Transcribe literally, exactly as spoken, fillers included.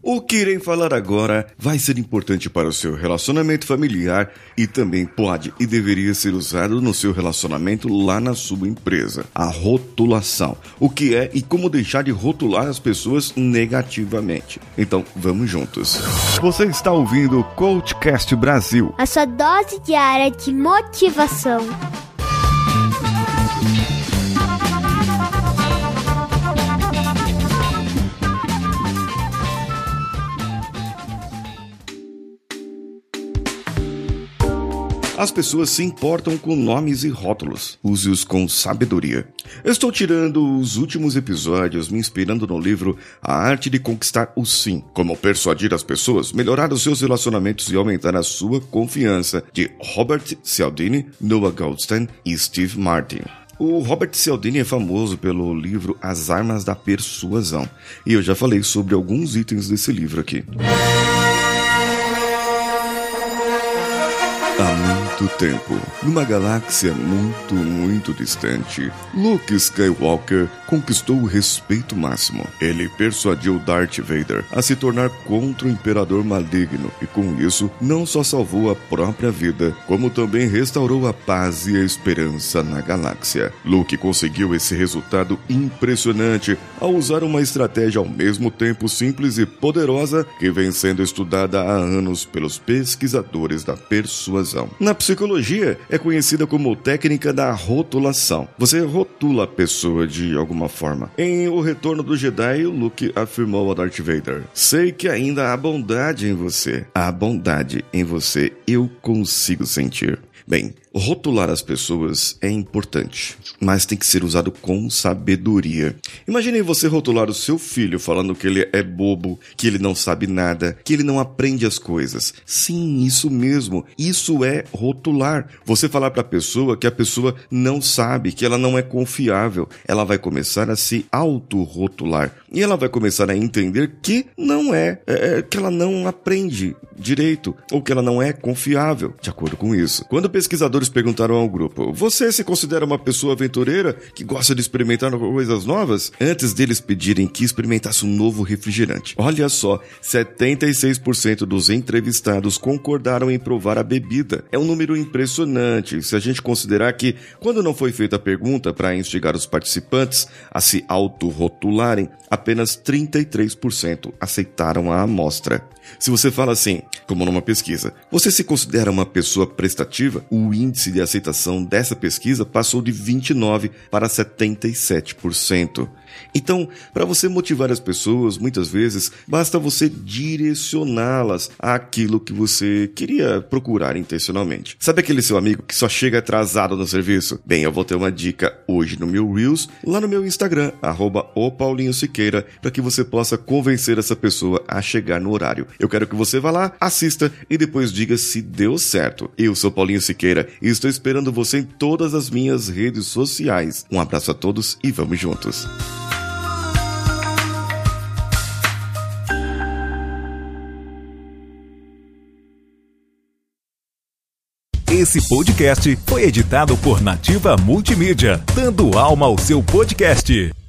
O que irei falar agora vai ser importante para o seu relacionamento familiar e também pode e deveria ser usado no seu relacionamento lá na sua empresa. A rotulação. O que é e como deixar de rotular as pessoas negativamente. Então, vamos juntos. Você está ouvindo o Coachcast Brasil. A sua dose diária de motivação. As pessoas se importam com nomes e rótulos. Use-os com sabedoria. Eu estou tirando os últimos episódios me inspirando no livro A Arte de Conquistar o Sim. Como persuadir as pessoas, melhorar os seus relacionamentos e aumentar a sua confiança, de Robert Cialdini, Noah Goldstein e Steve Martin. O Robert Cialdini é famoso pelo livro As Armas da Persuasão. E eu já falei sobre alguns itens desse livro aqui. Há muito tempo, numa galáxia muito, muito distante, Luke Skywalker conquistou o respeito máximo. Ele persuadiu Darth Vader a se tornar contra o Imperador Maligno e, com isso, não só salvou a própria vida, como também restaurou a paz e a esperança na galáxia. Luke conseguiu esse resultado impressionante ao usar uma estratégia ao mesmo tempo simples e poderosa que vem sendo estudada há anos pelos pesquisadores da persuasão. Na psicologia, é conhecida como técnica da rotulação. Você rotula a pessoa de alguma forma. Em O Retorno do Jedi, Luke afirmou a Darth Vader: sei que ainda há bondade em você. Há bondade em você, eu consigo sentir. Bem, rotular as pessoas é importante, mas tem que ser usado com sabedoria. Imagine você rotular o seu filho falando que ele é bobo, que ele não sabe nada, que ele não aprende as coisas. Sim, isso mesmo, isso é rotular. Você falar para a pessoa que a pessoa não sabe, que ela não é confiável, ela vai começar a se auto-rotular. E ela vai começar a entender que não é, é, que ela não aprende direito, ou que ela não é confiável, de acordo com isso. Quando pesquisadores perguntaram ao grupo: você se considera uma pessoa aventureira que gosta de experimentar coisas novas? Antes deles pedirem que experimentasse um novo refrigerante. Olha só, setenta e seis por cento dos entrevistados concordaram em provar a bebida. É um número impressionante se a gente considerar que, quando não foi feita a pergunta para instigar os participantes a se autorrotularem, apenas trinta e três por cento aceitaram a amostra. Se você fala assim, como numa pesquisa, você se considera uma pessoa prestativa? O índice de aceitação dessa pesquisa passou de vinte e nove por cento para setenta e sete por cento. Então, para você motivar as pessoas, muitas vezes, basta você direcioná-las àquilo que você queria procurar intencionalmente. Sabe aquele seu amigo que só chega atrasado no serviço? Bem, eu vou ter uma dica hoje no meu Reels, lá no meu Instagram, arroba o Paulinho Siqueira, para que você possa convencer essa pessoa a chegar no horário. Eu quero que você vá lá, assista e depois diga se deu certo. Eu sou Paulinho Siqueira e estou esperando você em todas as minhas redes sociais. Um abraço a todos e vamos juntos. Esse podcast foi editado por Nativa Multimídia, dando alma ao seu podcast.